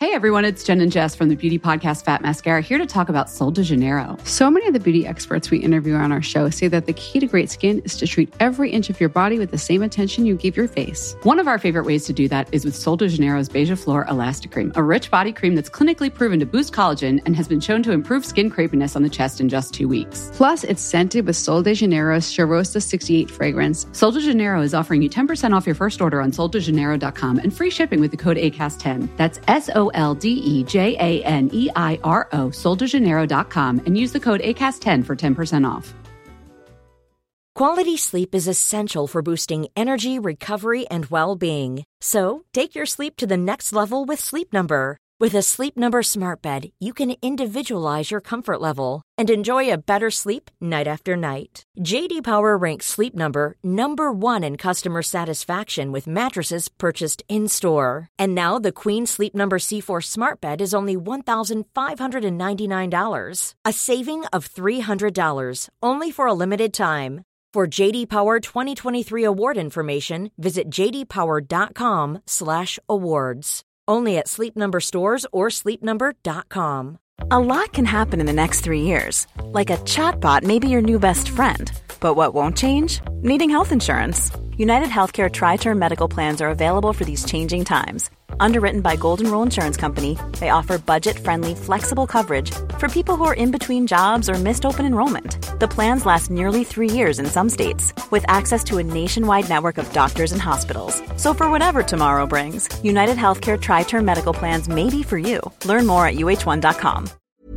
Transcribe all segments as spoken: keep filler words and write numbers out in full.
Hey everyone, it's Jen and Jess from the beauty podcast Fat Mascara here to talk about Sol de Janeiro. So many of the beauty experts we interview on our show say that the key to great skin is to treat every inch of your body with the same attention you give your face. One of our favorite ways to do that is with Sol de Janeiro's Beija Flor Elastic Cream, a rich body cream that's clinically proven to boost collagen and has been shown to improve skin crepiness on the chest in just two weeks. Plus, it's scented with Sol de Janeiro's Charosta sixty-eight fragrance. Sol de Janeiro is offering you ten percent off your first order on sol de janeiro dot com and free shipping with the code A C A S T ten. That's S O L D E J A N E I R O, sol de janeiro dot com, and use the code A C A S ten for ten percent off. Quality sleep is essential for boosting energy, recovery, and well-being. So, take your sleep to the next level with Sleep Number. With a Sleep Number smart bed, you can individualize your comfort level and enjoy a better sleep night after night. J D Power ranks Sleep Number number one in customer satisfaction with mattresses purchased in-store. And now the Queen Sleep Number C four smart bed is only one thousand five hundred ninety-nine dollars, a saving of three hundred dollars, only for a limited time. For J D Power twenty twenty-three award information, visit j d power dot com slash awards. Only at Sleep Number stores or sleep number dot com. A lot can happen in the next three years. Like a chatbot may be your new best friend. But what won't change? Needing health insurance. United Healthcare Tri-Term Medical Plans are available for these changing times. Underwritten by Golden Rule Insurance Company, they offer budget-friendly, flexible coverage for people who are in between jobs or missed open enrollment. The plans last nearly three years in some states, with access to a nationwide network of doctors and hospitals. So for whatever tomorrow brings, United Healthcare Tri-Term Medical Plans may be for you. Learn more at u h one dot com.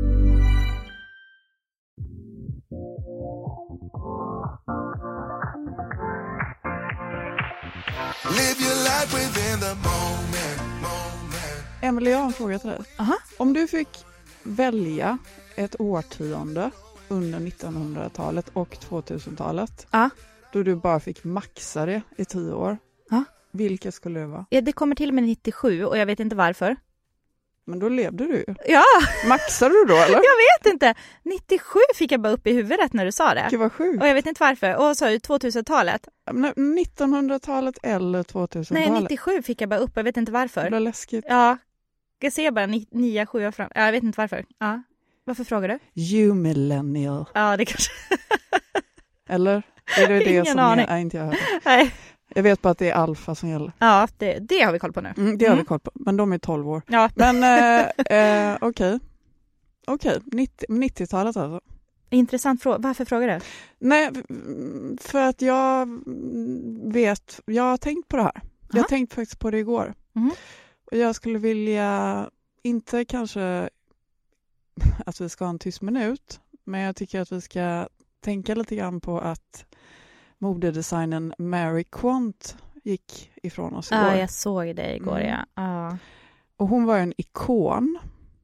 Live your life within the moment, moment. Emelie, jag har en fråga till dig. Aha. Om du fick välja ett årtionde under nittonhundratalet och tvåtusentalet, Ja. då du bara fick maxa det i tio år, Ja. vilka skulle det vara? Ja, det kommer till med nittiosju och jag vet inte varför. Men då levde du ju. Ja, Maxade du då, eller? jag vet inte. nittiosju fick jag bara upp i huvudet när du sa det. Gud vad sjukt. Och jag vet inte varför. Och så tvåtusentalet. Men nittonhundratalet eller tvåtusentalet? Nej, nittiosju fick jag bara upp. Jag vet inte varför. Det var läskigt. Ja, jag ser bara nio, sju fram. Ja, jag vet inte varför. Ja. Varför frågar du? You millennial. Ja, det kanske. Eller? Är det det Ingen som aning. är, är inte jag hör. Nej. Jag vet bara att det är alfa som gäller. Ja, det, det har vi koll på nu. Mm, det har Mm. vi koll på. Men de är tolv år. Ja. Men eh, eh, okej. Okej, nittio, nittiotalet alltså. Intressant fråga. Varför frågar du? Nej, för att jag vet, jag har tänkt på det här. Jag har tänkt faktiskt på det igår. Mm. Och jag skulle vilja, inte kanske att vi ska ha en tyst minut, men jag tycker att vi ska tänka lite grann på att modedesignen Mary Quant gick ifrån oss igår. Ja, jag såg det igår, Mm. ja. ja. Och hon var en ikon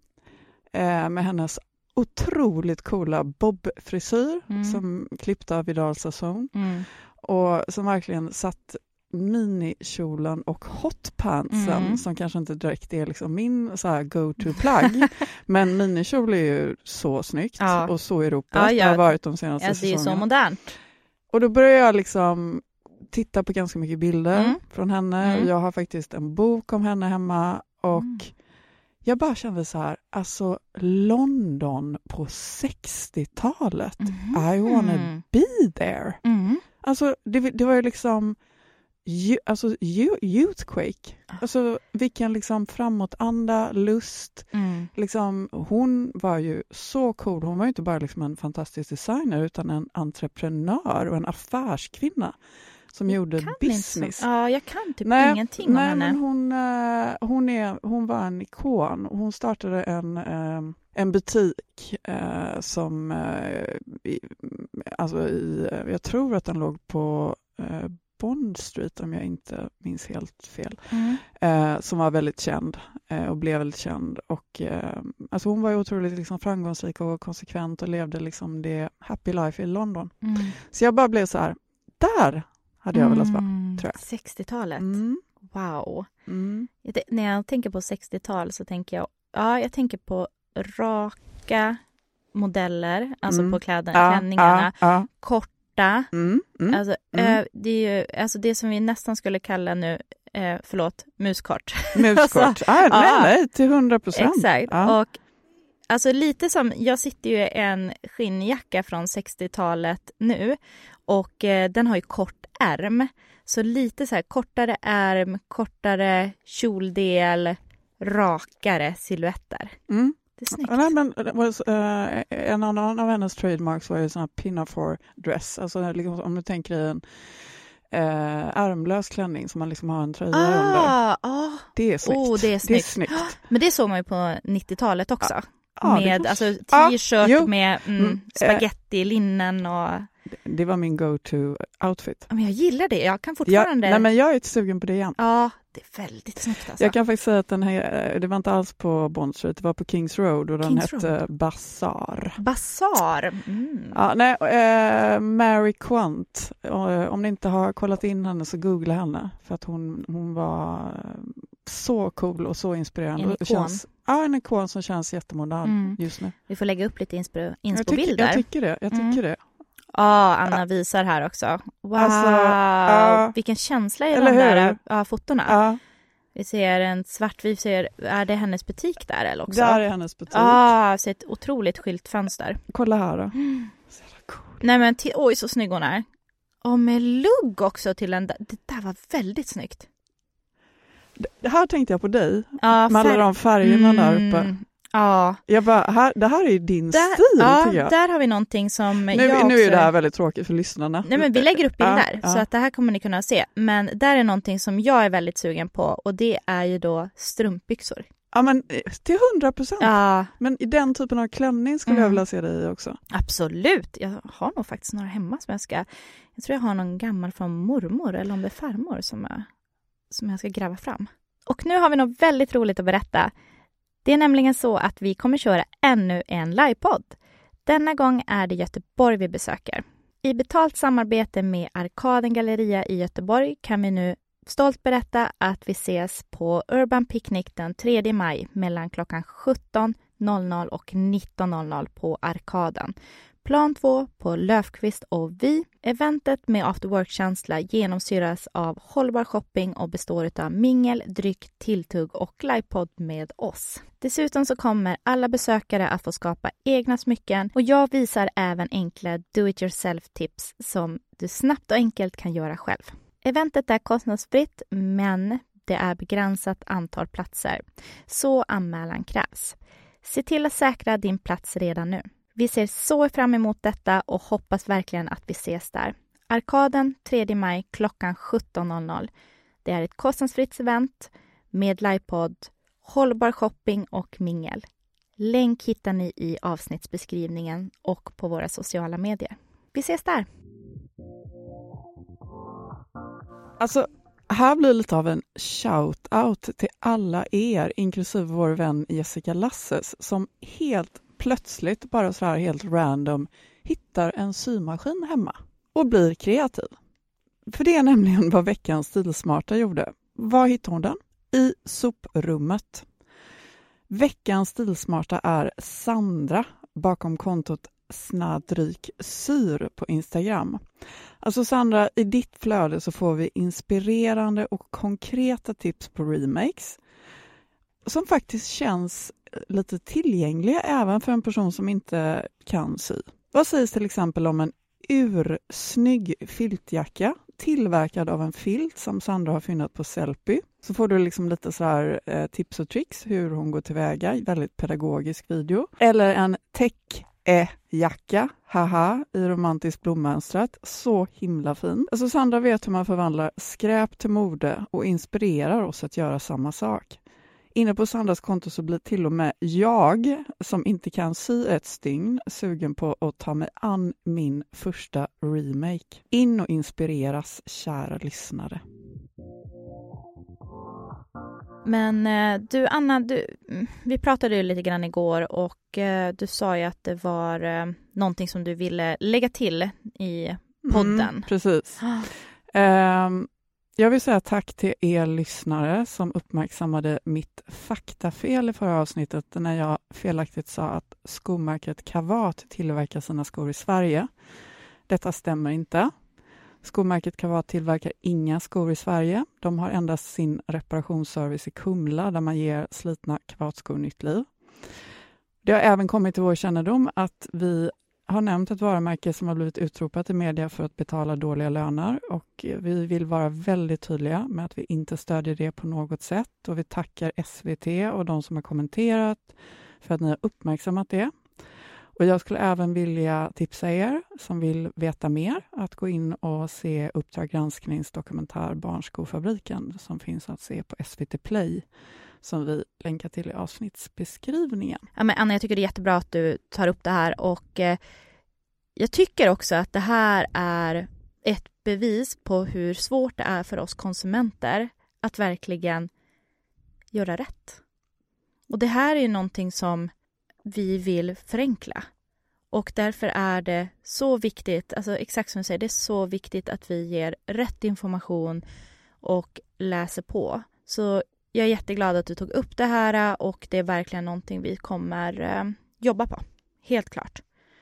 eh, med hennes otroligt coola bob-frisyr Mm. som klippte av Vidal Sassoon Mm. och som verkligen satt minikjolen och hotpantsen Mm. som kanske inte direkt är liksom min så här go-to-plagg. Men minikjol är ju så snyggt Ja. och så Europa Ja, ja. har varit de senaste Alltså, det är ju så säsongerna. modernt. Och då börjar jag liksom titta på ganska mycket bilder Mm. från henne. Mm. Jag har faktiskt en bok om henne hemma och Mm. jag bara kände så här, alltså London på sextiotalet. Mhm. I wanna be there. Mm. Alltså det, det var ju liksom ju, alltså you, youthquake. Alltså vilken liksom framåtanda, lust. Mm. Liksom, hon var ju så cool. Hon var ju inte bara liksom en fantastisk designer utan en entreprenör och en affärskvinna som gjorde Kan business. inte så- Ja, jag kan typ Nej, ingenting om nej, henne. men hon, eh, hon, är, hon var en ikon. Hon startade en, eh, en butik eh, som, eh, i, alltså i, jag tror att den låg på eh, Bond Street om jag inte minns helt fel. Mm. Eh, som var väldigt känd eh, och blev väldigt känd. Och, eh, alltså hon var ju otroligt liksom, framgångsrik och konsekvent och levde liksom det happy life i London. Mm. Så jag bara blev så här, där hade jag velat vara, Mm. tror jag. sextiotalet. Mm. Wow. Mm. Jag, t- när jag tänker på sextiotal så tänker jag, ja, jag tänker på raka modeller, alltså Mm. på kläderna, Ja, klänningarna, ja, ja. korta. Mm, mm, Alltså, mm. eh, det är ju alltså det som vi nästan skulle kalla nu eh, förlåt, muskort. Muskort, alltså, ah, nej, ja, nej, till hundra procent. Exakt, ja. och alltså lite som, jag sitter ju i en skinnjacka från sextiotalet nu och eh, den har ju kort ärm. Så lite så här kortare ärm, kortare kjoldel, rakare silhuetter. Mm. Det är snyggt. Nej, men det var, uh, en annan av hennes trademarks var ju sån här pinafore dress. Alltså liksom, om du tänker i en uh, ärmlös klänning som man liksom har en tröja ah, under. Ah, det är snyggt. Oh, det är snyggt. Det är snyggt. Men det såg man ju på nittiotalet också. Ja. Ja, med kanske... alltså, t-shirt ah, med mm, mm, spaghetti, linnen och... Det var min go-to-outfit. Men jag gillar det. Jag kan fortfarande... Ja, nej, men jag är inte sugen på det igen. Ja, det är väldigt snyggt alltså. Jag kan faktiskt säga att den här, det var inte alls på Bond Street, det var på Kings Road och den Kings hette Road. Bazaar. Bazaar? Mm. Ja, nej, eh, Mary Quant. Eh, om ni inte har kollat in henne så googla henne. För att hon, hon var så cool och så inspirerande. En ikon. Känns, ja, en ikon som känns jättemodern mm. just nu. Vi får lägga upp lite inspo, Jag, inspo-bilder. jag tycker det, jag tycker mm. det. Ja, Anna ja. visar här också. Wow, alltså, uh, vilken känsla i de där uh, fotona. Uh. Vi ser en svart, vi ser, är det hennes butik där eller också? Där är hennes butik. Ja, ah, ser ett otroligt skyltfönster. Kolla här då. Mm. Så cool. Nej men, t- oj så snygg hon är. Och med lugg också till en, det där var väldigt snyggt. Det, det här tänkte jag på dig, ja, med alla de färgerna mm. där uppe. Ja. Jag bara, här, det här är din där, stil, ja, tycker jag. Där har vi någonting som nu, jag nu också... är det här väldigt tråkigt för lyssnarna. Nej, men vi lägger upp bilder ja, ja. så att det här kommer ni kunna se. Men där är någonting som jag är väldigt sugen på och det är ju då strumpbyxor. Ja, men till hundra procent. Ja. Men i den typen av klänning skulle mm. jag vilja se dig också. Absolut. Jag har nog faktiskt några hemma som jag ska... Jag tror jag har någon gammal från mormor eller om det är farmor som jag, som jag ska gräva fram. Och nu har vi något väldigt roligt att berätta. Det är nämligen så att vi kommer köra ännu en livepodd. Denna gång är det Göteborg vi besöker. I betalt samarbete med Arkaden Galleria i Göteborg kan vi nu stolt berätta att vi ses på Urban Picnic den tredje maj mellan klockan sjutton och nitton på Arkaden. Plan två på Löfqvist och vi. Eventet med after work-känsla genomsyras av hållbar shopping och består av mingel, dryck, tilltugg och livepodd med oss. Dessutom så kommer alla besökare att få skapa egna smycken och jag visar även enkla do-it-yourself-tips som du snabbt och enkelt kan göra själv. Eventet är kostnadsfritt men det är begränsat antal platser, så anmälan krävs. Se till att säkra din plats redan nu. Vi ser så fram emot detta och hoppas verkligen att vi ses där. Arkaden tredje maj klockan sjutton. Det är ett kostnadsfritt event med livepodd, hållbar shopping och mingel. Länk hittar ni i avsnittsbeskrivningen och på våra sociala medier. Vi ses där! Alltså, här blir lite av en shout-out till alla er, inklusive vår vän Jessica Lasses, som helt plötsligt, bara så här helt random, hittar en symaskin hemma och blir kreativ. För det är nämligen vad veckans stilsmarta gjorde. Var hittade hon den? I soprummet. Veckans stilsmarta är Sandra bakom kontot Snadryk Syr på Instagram. Alltså Sandra, i ditt flöde så får vi inspirerande och konkreta tips på remakes som faktiskt känns lite tillgängliga även för en person som inte kan sy. Vad sägs till exempel om en ursnygg filtjacka tillverkad av en filt som Sandra har funnit på Sellpy? Så får du liksom lite så här eh, tips och tricks hur hon går tillväga, väldigt pedagogisk video. Eller en tech-e-jacka, haha, i romantiskt blommönstrat. Så himla fin. Alltså Sandra vet hur man förvandlar skräp till mode och inspirerar oss att göra samma sak. Inne på Sandras konto så blir till och med jag, som inte kan sy ett stygn, sugen på att ta mig an min första remake. In och inspireras, kära lyssnare. Men du Anna, du, vi pratade ju lite grann igår och eh, du sa ju att det var eh, någonting som du ville lägga till i podden. Mm, precis. um, Jag vill säga tack till er lyssnare som uppmärksammade mitt faktafel i förra avsnittet när jag felaktigt sa att skomärket Kavat tillverkar sina skor i Sverige. Detta stämmer inte. Skomärket Kavat tillverkar inga skor i Sverige. De har endast sin reparationsservice i Kumla där man ger slitna Kavatskor nytt liv. Det har även kommit till vår kännedom att vi har nämnt ett varumärke som har blivit utropat i media för att betala dåliga löner, och vi vill vara väldigt tydliga med att vi inte stödjer det på något sätt, och vi tackar S V T och de som har kommenterat för att ni har uppmärksammat det. Och jag skulle även vilja tipsa er som vill veta mer att gå in och se Uppdrag gransknings dokumentär Barnskofabriken som finns att se på S V T Play, som vi länkar till i avsnittsbeskrivningen. Ja, men Anna, jag tycker det är jättebra att du tar upp det här, och eh, jag tycker också att det här är ett bevis på hur svårt det är för oss konsumenter att verkligen göra rätt. Och det här är ju någonting som vi vill förenkla. Och därför är det så viktigt, alltså exakt som du säger, det är så viktigt att vi ger rätt information och läser på. Så jag är jätteglad att du tog upp det här, och det är verkligen någonting vi kommer eh, jobba på. Helt klart.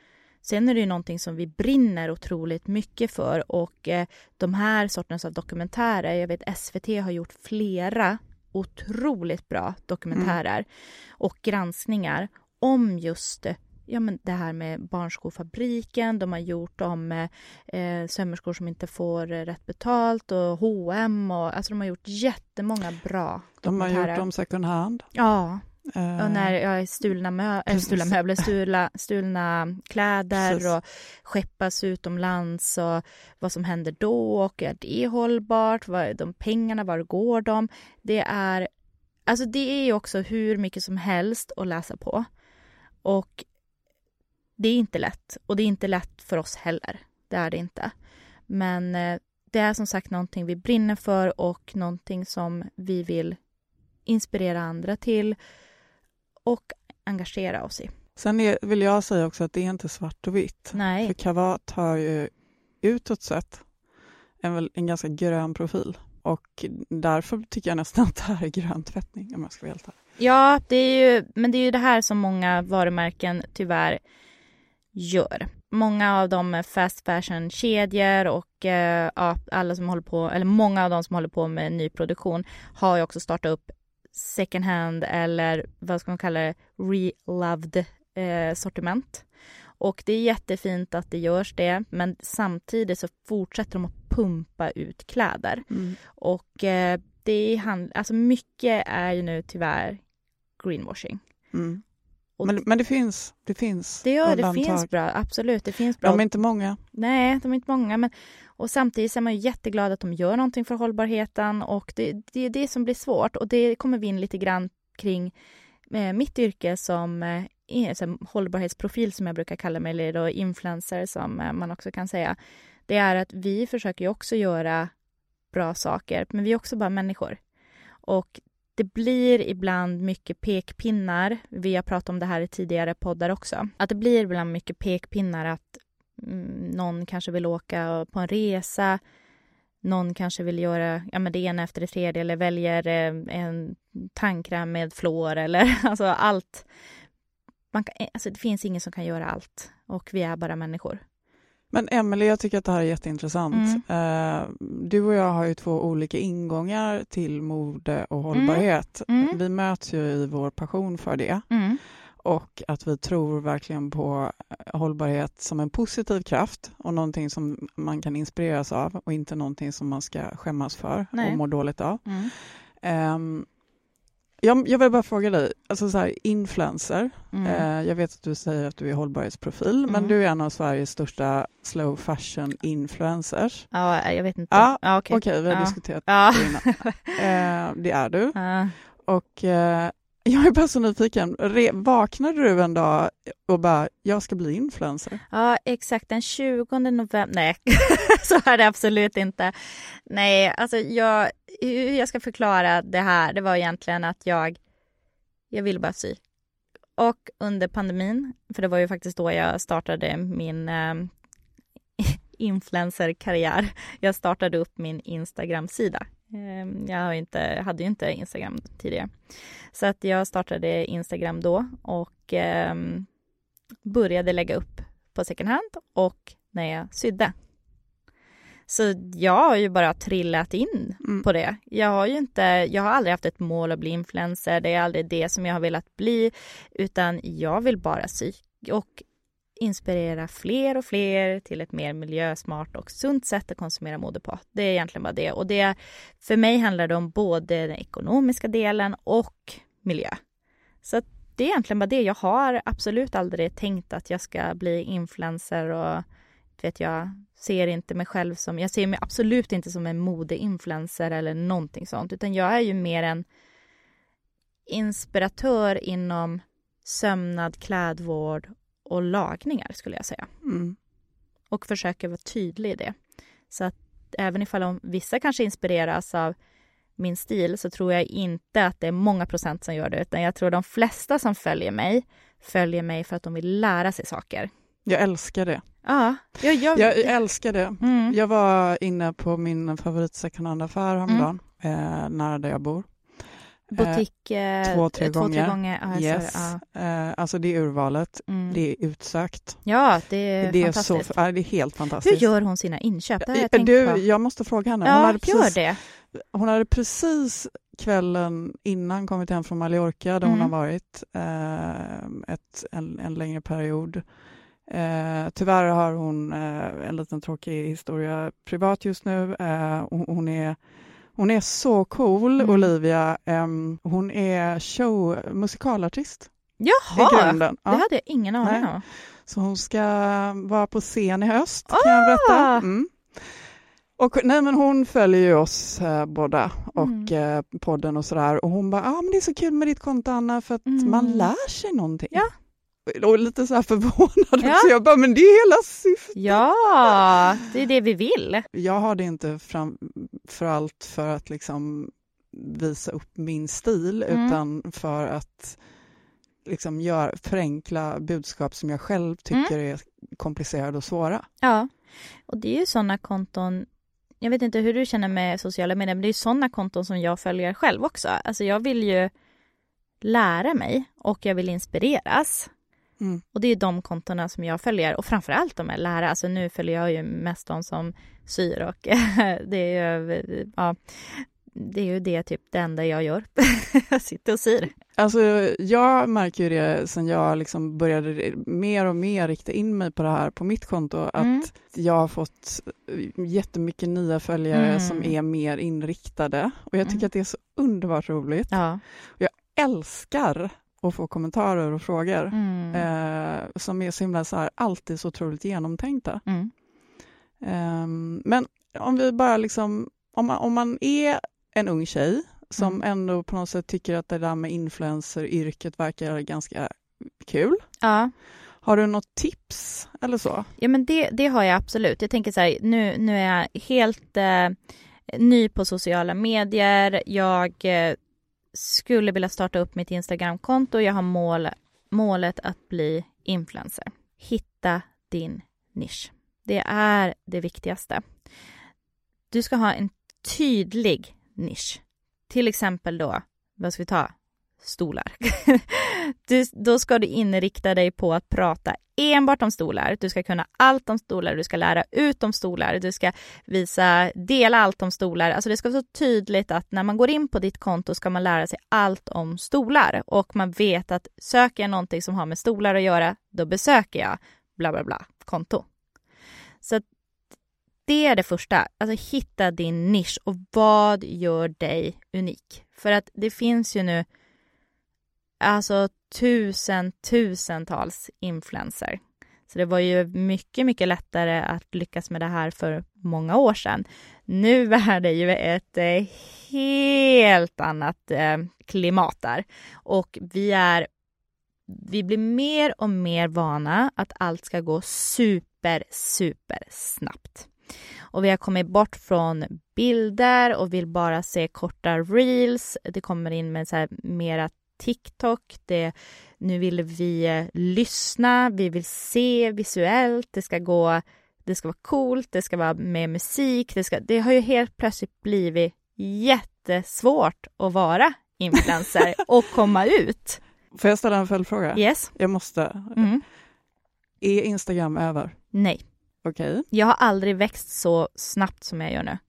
Sen är det ju någonting som vi brinner otroligt mycket för, och eh, de här sortens av dokumentärer, jag vet S V T har gjort flera otroligt bra dokumentärer mm. och granskningar om just ja, men det här med Barnskofabriken. De har gjort om eh, sömmerskor som inte får rätt betalt, och H och M, och alltså de har gjort jättemånga bra De har gjort om second hand. Ja, Uh, och när jag är stulna, mö- äh, stulna möbler, stulna, stulna kläder precis. Och skeppas utomlands, och vad som händer då, och är det hållbart, vad, de pengarna, var går de? Det är, alltså det är ju också hur mycket som helst att läsa på, och det är inte lätt, och det är inte lätt för oss heller, det är det inte, men eh, det är som sagt någonting vi brinner för, och någonting som vi vill inspirera andra till och engagera oss i. Sen är, vill jag säga också att det är inte svart och vitt. Nej. För Kavat har ju utåt sett en, en ganska grön profil. Och därför tycker jag nästan att det här är grön tvättning, om jag ska vara helt ärlig. Ja, det är ju, men det är ju det här som många varumärken tyvärr gör. Många av dem är fast fashion-kedjor, och eh, ja, alla som håller på, eller många av dem som håller på med nyproduktion har ju också startat upp second hand, eller vad ska man kalla det, reloved eh, sortiment. Och det är jättefint att det görs det, men samtidigt så fortsätter de att pumpa ut kläder. Mm. Och eh, det är hand, alltså mycket är ju nu tyvärr greenwashing. Mm. Men, men det finns det finns det gör, undantag. Det finns bra, absolut, det finns bra. De är inte många. Nej, de är inte många, men och samtidigt är man ju jätteglad att de gör någonting för hållbarheten, och det, det är det som blir svårt, och det kommer vi in lite grann kring eh, mitt yrke som eh, är, hållbarhetsprofil som jag brukar kalla mig, eller då influencer som eh, man också kan säga. Det är att vi försöker ju också göra bra saker, men vi är också bara människor. Och det blir ibland mycket pekpinnar. Vi har pratat om det här i tidigare poddar också. Att det blir ibland mycket pekpinnar, att mm, någon kanske vill åka på en resa. Någon kanske vill göra ja, men det ena efter det tredje, eller väljer eh, en tandkräm med fluor, eller alltså allt. Man kan, alltså det finns ingen som kan göra allt, och vi är bara människor. Men Emelie, jag tycker att det här är jätteintressant. Mm. Uh, du och jag har ju två olika ingångar till mode och hållbarhet. Mm. Mm. Vi möts ju i vår passion för det. Mm. Och att vi tror verkligen på hållbarhet som en positiv kraft och någonting som man kan inspireras av, och inte någonting som man ska skämmas för. Nej. Och må dåligt av. Mm. Um, Jag, jag vill bara fråga dig, alltså så här, influencer, mm. eh, jag vet att du säger att du är hållbarhetsprofil, mm. men du är en av Sveriges största slow fashion influencers. Ja, jag vet inte. Ja, ah, okej, okay. okay, vi har ja. diskuterat ja. det innan. Eh, det är du. Ja. Och eh, jag är bara så nyfiken, Re- vaknade du en dag och bara, jag ska bli influencer? Ja, exakt, den tjugonde november, nej, så är det absolut inte. Nej, alltså jag, hur jag ska förklara det här, det var egentligen att jag, jag ville bara sy. Och under pandemin, för det var ju faktiskt då jag startade min eh, influencerkarriär, jag startade upp min Instagram-sida. Jag har inte, hade ju inte Instagram tidigare. Så att jag startade Instagram då och eh, började lägga upp på second hand och när jag sydde. Så jag har ju bara trillat in Mm. på det. Jag har ju inte, jag har aldrig haft ett mål att bli influencer. Det är aldrig det som jag har velat bli. Utan jag vill bara sy och inspirera fler och fler till ett mer miljösmart och sunt sätt att konsumera mode på. Det är egentligen bara det. Och det, för mig handlar det om både den ekonomiska delen och miljö. Så att det är egentligen bara det. Jag har absolut aldrig tänkt att jag ska bli influencer och vet jag ser inte mig själv som, jag ser mig absolut inte som en modeinfluencer eller någonting sånt, utan jag är ju mer en inspiratör inom sömnad, klädvård och lagningar skulle jag säga. Mm. Och försöker vara tydlig i det. Så att även ifall om vissa kanske inspireras av min stil så tror jag inte att det är många procent som gör det, utan jag tror de flesta som följer mig följer mig för att de vill lära sig saker. Jag älskar det. Ja, jag, jag... Jag älskar det. Mm. Jag var inne på min favorit second hand-affär häromdagen, mm. eh, nära där jag bor. Butik eh, två, tre två, gånger. Tre gånger. Ah, yes. sorry, ah. eh, alltså det är urvalet. Mm. Det är utsökt. Ja, det är, det är fantastiskt. Så, ja, det är helt fantastiskt. Hur gör hon sina inköp? Det har jag du, tänkt på. Jag måste fråga henne. Hon Ja, hade precis, gör det. Hon hade precis kvällen innan kommit hem från Mallorca där Mm. hon har varit eh, ett, en, en längre period. Eh, tyvärr har hon eh, en liten tråkig historia privat just nu. Eh, hon, hon är Hon är så cool, mm. Olivia. Um, hon är show musikalartist. Jaha, i grunden. Ja. Det hade jag ingen aning om. Så hon ska vara på scen i höst, ah! kan jag berätta. Mm. Och nej, men hon följer ju oss eh, båda och mm. eh, podden och sådär. Och hon bara, ah, men det är så kul med ditt konto, Anna, för att mm. man lär sig någonting. Ja. Och lite så här förvånad ja. också. Jag bara, men det är hela syftet. Ja, det är det vi vill. Jag har det inte fram för allt för att liksom visa upp min stil, mm. utan för att liksom gör, förenkla budskap som jag själv tycker mm. är komplicerade och svåra. Ja, och det är ju sådana konton, jag vet inte hur du känner med sociala medier, men det är ju sådana konton som jag följer själv också. Alltså jag vill ju lära mig och jag vill inspireras. Mm. Och det är de kontona som jag följer. Och framförallt de är lära. Alltså nu följer jag ju mest de som syr. Och det är ju, ja, det är ju det typ det enda jag gör. Jag sitter och syr. Alltså jag märker ju det sen jag liksom började mer och mer rikta in mig på det här på mitt konto. Att mm. jag har fått jättemycket nya följare mm. som är mer inriktade. Och jag tycker mm. att det är så underbart roligt. Ja. Och jag älskar att få kommentarer och frågor mm. eh, som är så himla så här, alltid så otroligt genomtänkta. Mm. Um, men om vi bara liksom, om man, om man är en ung tjej som mm. ändå på något sätt tycker att det där med influencer-yrket verkar ganska kul. Ja. Har du något tips eller så? Ja, men det, det har jag absolut. Jag tänker så här, nu, nu är jag helt eh, ny på sociala medier. Jag eh, skulle vilja starta upp mitt Instagram-konto. Jag har mål, målet att bli influencer. Hitta din nisch. Det är det viktigaste. Du ska ha en tydlig nisch. Till exempel då, vad ska vi ta? Stolar. Du, då ska du inrikta dig på att prata enbart om stolar. Du ska kunna allt om stolar. Du ska lära ut om stolar. Du ska visa, dela allt om stolar. Alltså det ska vara så tydligt att när man går in på ditt konto ska man lära sig allt om stolar. Och man vet att söker jag någonting som har med stolar att göra, då besöker jag bla bla bla konto. Så att det är det första. Alltså hitta din nisch och vad gör dig unik. För att det finns ju nu alltså tusen, tusentals influencer. Så det var ju mycket, mycket lättare att lyckas med det här för många år sedan. Nu är det ju ett eh, helt annat eh, klimat där. Och vi är, vi blir mer och mer vana att allt ska gå super, super snabbt. Och vi har kommit bort från bilder och vill bara se korta reels. Det kommer in med så här mera TikTok. Det, nu vill vi eh, lyssna, vi vill se visuellt. Det ska gå, det ska vara coolt, det ska vara med musik. Det, ska, det har ju helt plötsligt blivit jättesvårt att vara influencer och komma ut. Får jag ställa en följdfråga? Yes. Jag måste. Mm. Är Instagram över? Nej. Okej. Okay. Jag har aldrig växt så snabbt som jag gör nu.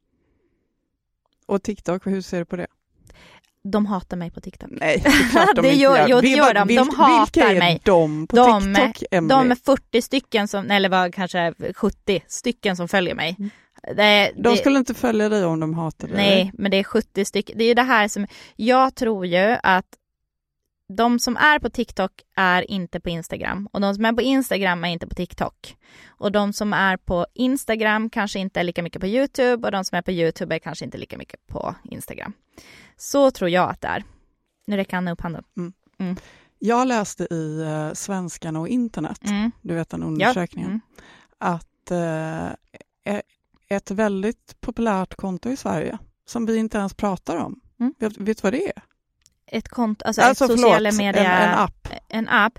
Och TikTok, hur ser du på det? De hatar mig på TikTok. Nej, det är klart de det inte gör, gör. Jo, det gör de. De hatar vilka är mig. de på de, TikTok, Emily? De är fyrtio stycken, som, eller var kanske sjuttio stycken som följer mig. Mm. Det, de det, skulle inte följa dig om de hatar dig. Nej, men det är sjuttio stycken. Det är ju det här som... Jag tror ju att de som är på TikTok är inte på Instagram. Och de som är på Instagram är inte på TikTok. Och de som är på Instagram kanske inte är lika mycket på YouTube. Och de som är på YouTube är kanske inte lika mycket på Instagram. Så tror jag att det är. Nu räcker Anna upp handen. Mm. Mm. Jag läste i uh, Svenskarna och internet, mm. du vet den undersökningen, ja. mm. att uh, ett väldigt populärt konto i Sverige som vi inte ens pratar om. Mm. Vet, vet du vad det är? Ett konto, alltså, alltså ett sociala förlåt, media, en, en app. En app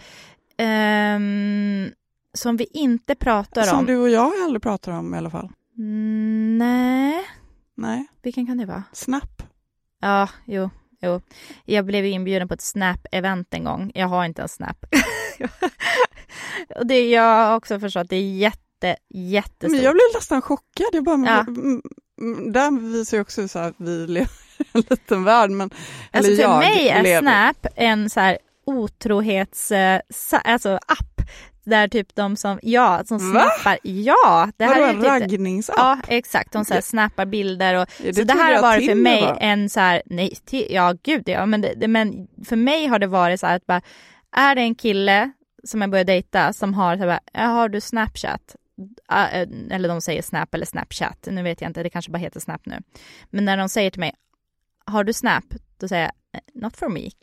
um, som vi inte pratar som om. Som du och jag aldrig pratar om i alla fall. Mm, nej. Nej. Vilken kan det vara? Snap. Ja, jo. Jo. Jag blev inbjuden på ett Snap-event en gång. Jag har inte en Snap. Och det jag har också förstått att det är jätte, jättestort. Men jag blev nästan chockad. Jag bara, ja. Där visar ju också så här att vi lever i en liten värld. Men, alltså eller för jag mig är lever. Snap en så här otrohets alltså app. Där typ de som, ja, som snappar. Va? Ja, det här Vadå, är en typ, raggningsapp? Ja, exakt. De så här snappar bilder. Och, det så det här har varit för mig va? en så här, nej, till, ja gud, ja, men, det, men för mig har det varit så här att bara, är det en kille som jag börjar dejta som har så här, har du Snapchat? Eller de säger Snap eller Snapchat. Nu vet jag inte, det kanske bara heter Snap nu. Men när de säger till mig, har du Snap? Då säger jag, not for me.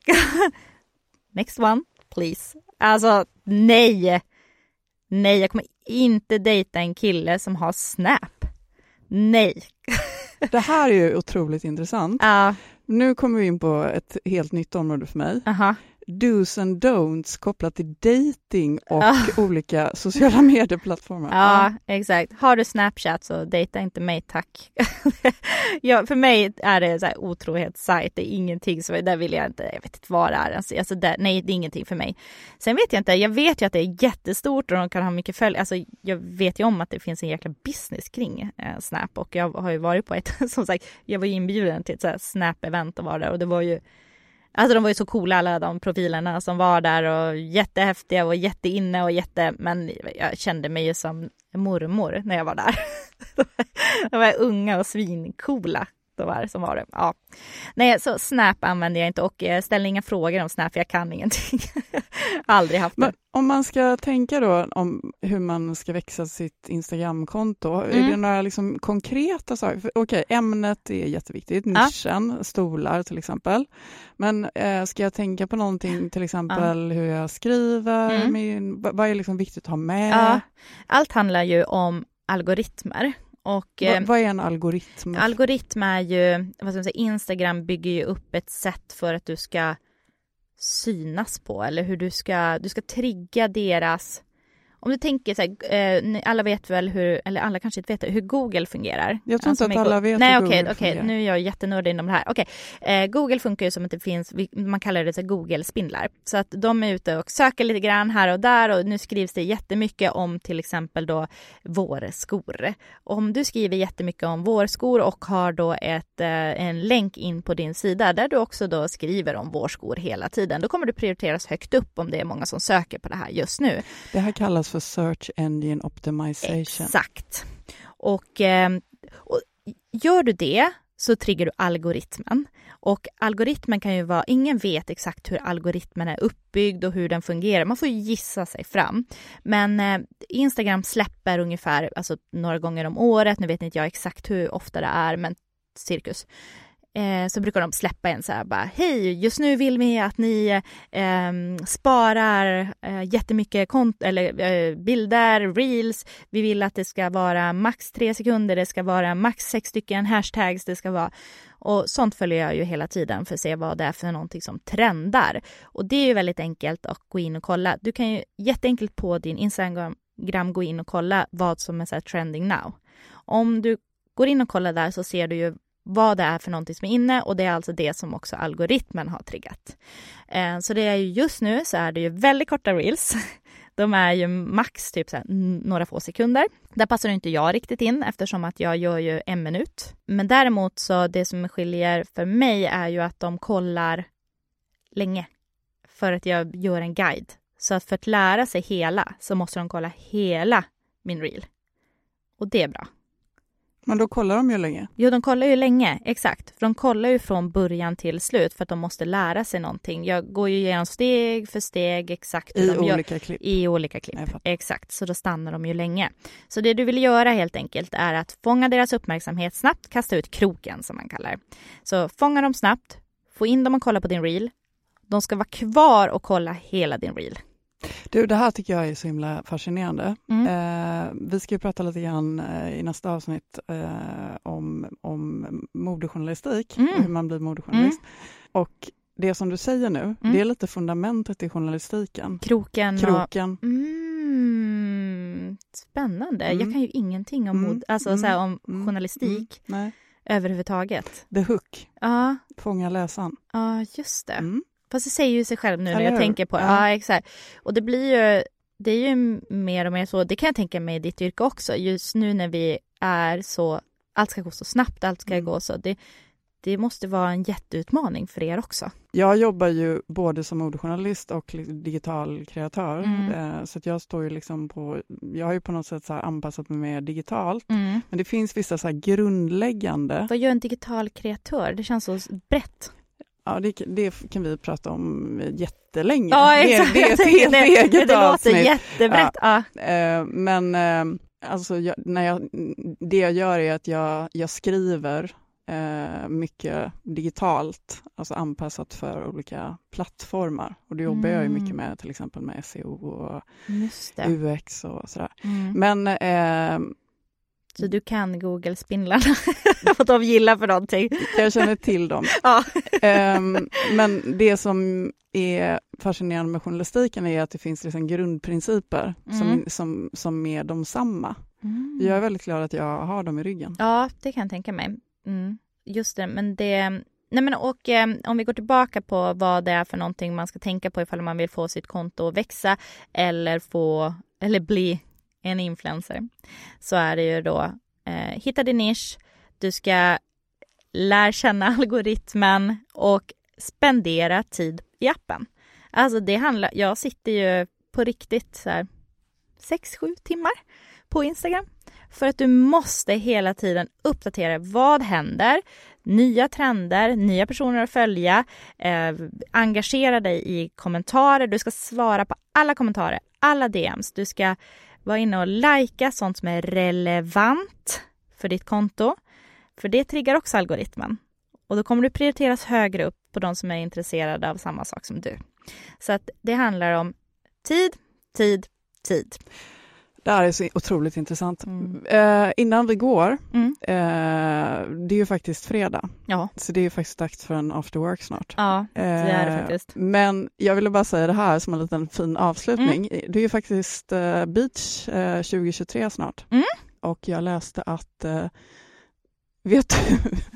Next one, please. Alltså, nej. Nej, jag kommer inte dejta en kille som har Snap. Nej. Det här är ju otroligt intressant. Ja. Nu kommer vi in på ett helt nytt område för mig. Aha. Do's and don'ts kopplat till dating och ah. olika sociala medieplattformar. Ja, ah. exakt. Har du Snapchat så dejta inte mig, tack. Ja, för mig är det så här otrohetssajt. Det är ingenting som, där vill jag inte, jag vet inte vad det är. Alltså, där, nej, det är ingenting för mig. Sen vet jag inte, jag vet ju att det är jättestort och de kan ha mycket följ. Alltså, jag vet ju om att det finns en jäkla business kring eh, Snap och jag har ju varit på ett, som sagt, jag var inbjuden till ett så här Snap-event och var där och det var ju Alltså de var ju så coola alla de profilerna som var där och jättehäftiga och jätteinne och jätte, men jag kände mig ju som mormor när jag var där. De var unga och svincoola de var som var det. Ja. Nej, så Snap använder jag inte och ställer inga frågor om Snap, för jag kan ingenting. Aldrig haft det. Men om man ska tänka då om hur man ska växa sitt Instagramkonto, Mm. är det några liksom konkreta saker? Okej, okay, ämnet är jätteviktigt, nischen, ja. Stolar till exempel. Men eh, ska jag tänka på någonting, till exempel ja. hur jag skriver, mm. min, vad är liksom viktigt att ha med? Ja. Allt handlar ju om algoritmer. Och, Va, vad är en algoritm? Algoritm är ju, vad ska man säga, Instagram bygger ju upp ett sätt för att du ska synas på, eller hur du ska, du ska trigga deras, om du tänker så här, eh, alla vet väl hur, eller alla kanske inte vet hur Google fungerar. Jag tror inte alltså, att alla vet nej, hur okay, Google okay, fungerar. Nu är jag jättenördig inom det här. Okay. Eh, Google funkar ju som att det finns, man kallar det så Google-spindlar. Så att de är ute och söker lite grann här och där och nu skrivs det jättemycket om till exempel då vårskor. Om du skriver jättemycket om vårskor och har då ett, eh, en länk in på din sida där du också då skriver om vårskor hela tiden, då kommer du prioriteras högt upp om det är många som söker på det här just nu. Det här kallas för Search Engine Optimization. Exakt. Och, eh, och gör du det så triggar du algoritmen. Och algoritmen kan ju vara, ingen vet exakt hur algoritmen är uppbyggd och hur den fungerar. Man får ju gissa sig fram. Men eh, Instagram släpper ungefär alltså, några gånger om året. Nu vet inte jag exakt hur ofta det är, men cirkus. Eh, så brukar de släppa en så här bara, hej, just nu vill vi att ni eh, sparar eh, jättemycket kont- eller, eh, bilder, reels. Vi vill att det ska vara max tre sekunder, det ska vara max sex stycken hashtags, det ska vara, och sånt följer jag ju hela tiden för att se vad det är för någonting som trendar. Och det är ju väldigt enkelt att gå in och kolla. Du kan ju jätteenkelt på din Instagram gå in och kolla vad som är så här trending now. Om du går in och kollar där så ser du ju vad det är för någonting som är inne, och det är alltså det som också algoritmen har triggat. Eh, så det är ju just nu så är det ju väldigt korta reels. De är ju max typ så här, några få sekunder. Där passar inte jag riktigt in eftersom att jag gör ju en minut. Men däremot så det som skiljer för mig är ju att de kollar länge. För att jag gör en guide. Så att för att lära sig hela så måste de kolla hela min reel. Och det är bra. Men då kollar de ju länge. Jo, de kollar ju länge, exakt. För de kollar ju från början till slut för att de måste lära sig någonting. Jag går ju igenom steg för steg exakt. I de olika gör, klipp. I olika klipp, exakt. Så då stannar de ju länge. Så det du vill göra helt enkelt är att fånga deras uppmärksamhet snabbt, kasta ut kroken som man kallar. Så fånga dem snabbt, få in dem och kolla på din reel. De ska vara kvar och kolla hela din reel. Du, det här tycker jag är så himla fascinerande. Mm. Eh, vi ska ju prata lite grann eh, i nästa avsnitt eh, om, om modejournalistik Mm. och hur man blir modejournalist. Mm. Och det som du säger nu, Mm. det är lite fundamentet i journalistiken. Kroken. Kroken. Och... Mm. Spännande. Mm. Jag kan ju ingenting om, Mm. mod... alltså, Mm. så här, om Mm. journalistik Mm. Nej. överhuvudtaget. The hook. Ja, Fånga läsaren. ja just det. Mm. Fast det säger ju sig själv nu när Eller jag hur? tänker på det. Ja. Ja, exakt. Och det blir ju, det är ju mer och mer så, det kan jag tänka mig i ditt yrke också. Just nu när vi är så, allt ska gå så snabbt, allt ska Mm. gå så. Det, det måste vara en jätteutmaning för er också. Jag jobbar ju både som modejournalist och digital kreatör. Mm. Eh, så att jag står ju liksom på, jag har ju på något sätt så här anpassat mig mer digitalt. Mm. Men det finns vissa så här grundläggande. Vad gör en digital kreatör? Det känns så brett. Ja, det, det kan vi prata om jättelänge. Ja, exakt. Det, det är ett Jag helt tänker det, eget det låter avsnitt. jättebrett. Ja. Ja. Eh, men eh, alltså, jag, när jag, det jag gör är att jag, jag skriver eh, mycket digitalt, alltså anpassat för olika plattformar. Och då jobbar Mm. jag ju mycket med till exempel med S E O och Just det. U X och sådär. Mm. Men eh, Så du kan Google-spindlarna, vad de gillar för någonting. jag känner till dem. Ja. Um, men det som är fascinerande med journalistiken är att det finns liksom grundprinciper Mm. som, som, som är de samma. Mm. Jag är väldigt glad att jag har dem i ryggen. Ja, det kan jag tänka mig. Mm. Just det, men det... Nej men och eh, om vi går tillbaka på vad det är för någonting man ska tänka på ifall man vill få sitt konto att växa eller få, eller bli en influencer, så är det ju då eh, hitta din nisch, du ska lära känna algoritmen och spendera tid i appen. Alltså det handlar, jag sitter ju på riktigt så här sex sju timmar på Instagram för att du måste hela tiden uppdatera vad händer, nya trender, nya personer att följa, eh, engagera dig i kommentarer, du ska svara på alla kommentarer, alla D Ms, du ska vara inne och likea sånt som är relevant för ditt konto. För det triggar också algoritmen. Och då kommer du prioriteras högre upp på de som är intresserade av samma sak som du. Så att det handlar om tid, tid, tid. Det här är så otroligt intressant. Mm. Eh, innan vi går, Mm. eh, det är ju faktiskt fredag. Ja. Så det är ju faktiskt dags för en after work snart. Ja, det är det Eh, faktiskt. Men jag ville bara säga det här som en liten fin avslutning. Mm. Det är ju faktiskt eh, Beach eh, tjugo tjugotre snart. Mm. Och jag läste att, eh, vet du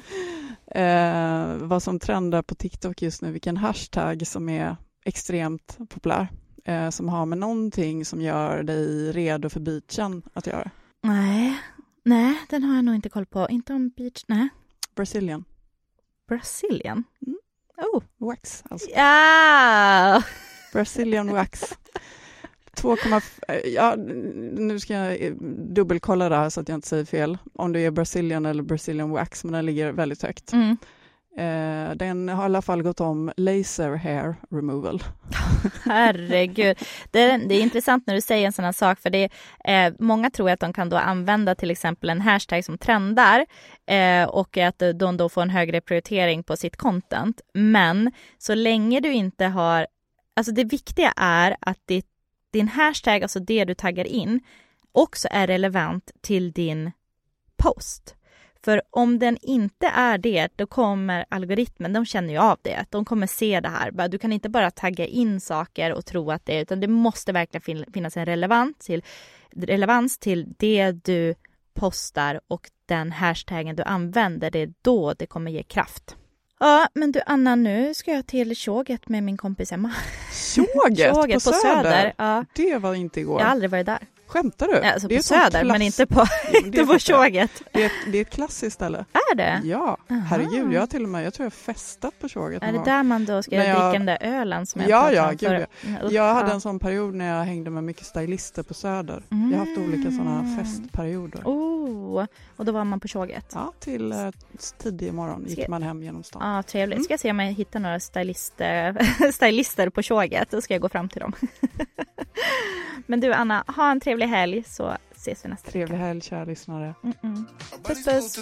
eh, vad som trendar på TikTok just nu? Vilken hashtag som är extremt populär? Eh, som har med någonting som gör dig redo för beachen att göra. Nej, nej, den har jag nog inte koll på. Inte om beach, nej. Brazilian. Brazilian? Mm. Oh. Wax alltså. Ja! Brazilian wax. två komma fem Ja, nu ska jag dubbelkolla det här så att jag inte säger fel. Om det är Brazilian eller Brazilian wax, men den ligger väldigt högt. Mm. Eh, den har i alla fall gått om laser hair removal. Herregud. Det är, det är intressant när du säger en sån här sak, för det är, eh, många tror att de kan då använda till exempel en hashtag som trendar eh, och att de då får en högre prioritering på sitt content. Men så länge du inte har, alltså det viktiga är att ditt, din hashtag, alltså det du taggar in, också är relevant till din post. För om den inte är det, då kommer algoritmen, de känner ju av det. De kommer se det här. Du kan inte bara tagga in saker och tro att det är, utan det måste verkligen finnas en relevans till, relevans till det du postar och den hashtaggen du använder. Det är då det kommer ge kraft. Ja, men du Anna, nu ska jag till tjoget med min kompis Emma. Tjoget? Tjoget på, på Söder? Söder. Ja. Det var inte igår. Jag har aldrig varit där. Skämtar du? Ja, alltså det på är Söder, klass... men inte på, inte på tjoget. Det är, ett, det är ett klassiskt ställe. Är det? Ja, Aha. herregud. Jag har till och med, jag tror jag har festat på tjoget. Är det där man då ska jag... dricka den där ölen som jag ja, pratade ja, om gud, förr? ja. Jag hade en sån period när jag hängde med mycket stylister på Söder. Mm. Jag har haft olika såna festperioder. Oh, och då var man på tjoget? Ja, till uh, tidig morgon gick ska... man hem genom stan. Ja, trevligt. Mm. Ska jag se om jag hittar några stylister, stylister på tjoget. Då ska jag gå fram till dem. Men du Anna, ha en trevlig helg så ses vi nästa Trevlig vecka. helg, kära lyssnare. Mm-mm. Puss, puss.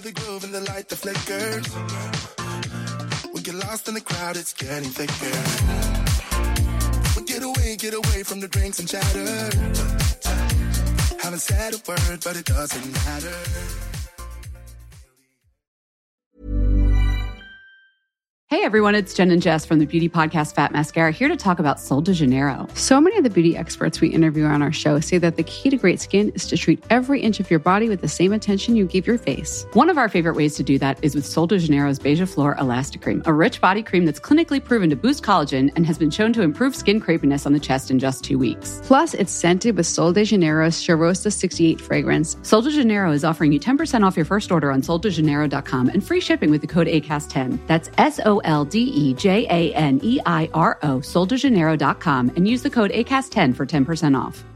We get lost in the crowd, it's getting thicker. We get away, get away from the drinks and chatter. Haven't said a word, but it doesn't matter. Hey everyone, it's Jen and Jess from the beauty podcast Fat Mascara here to talk about Sol de Janeiro. So many of the beauty experts we interview on our show say that the key to great skin is to treat every inch of your body with the same attention you give your face. One of our favorite ways to do that is with Sol de Janeiro's Beija Flor Elastic Cream, a rich body cream that's clinically proven to boost collagen and has been shown to improve skin crepiness on the chest in just two weeks. Plus, it's scented with Sol de Janeiro's Charosta sixty-eight fragrance. Sol de Janeiro is offering you ten percent off your first order on sol de janeiro dot com and free shipping with the code A C A S T ten. That's S O L D E J A N E I R O, sol de janeiro dot com, and use the code A C A S ten for ten percent off.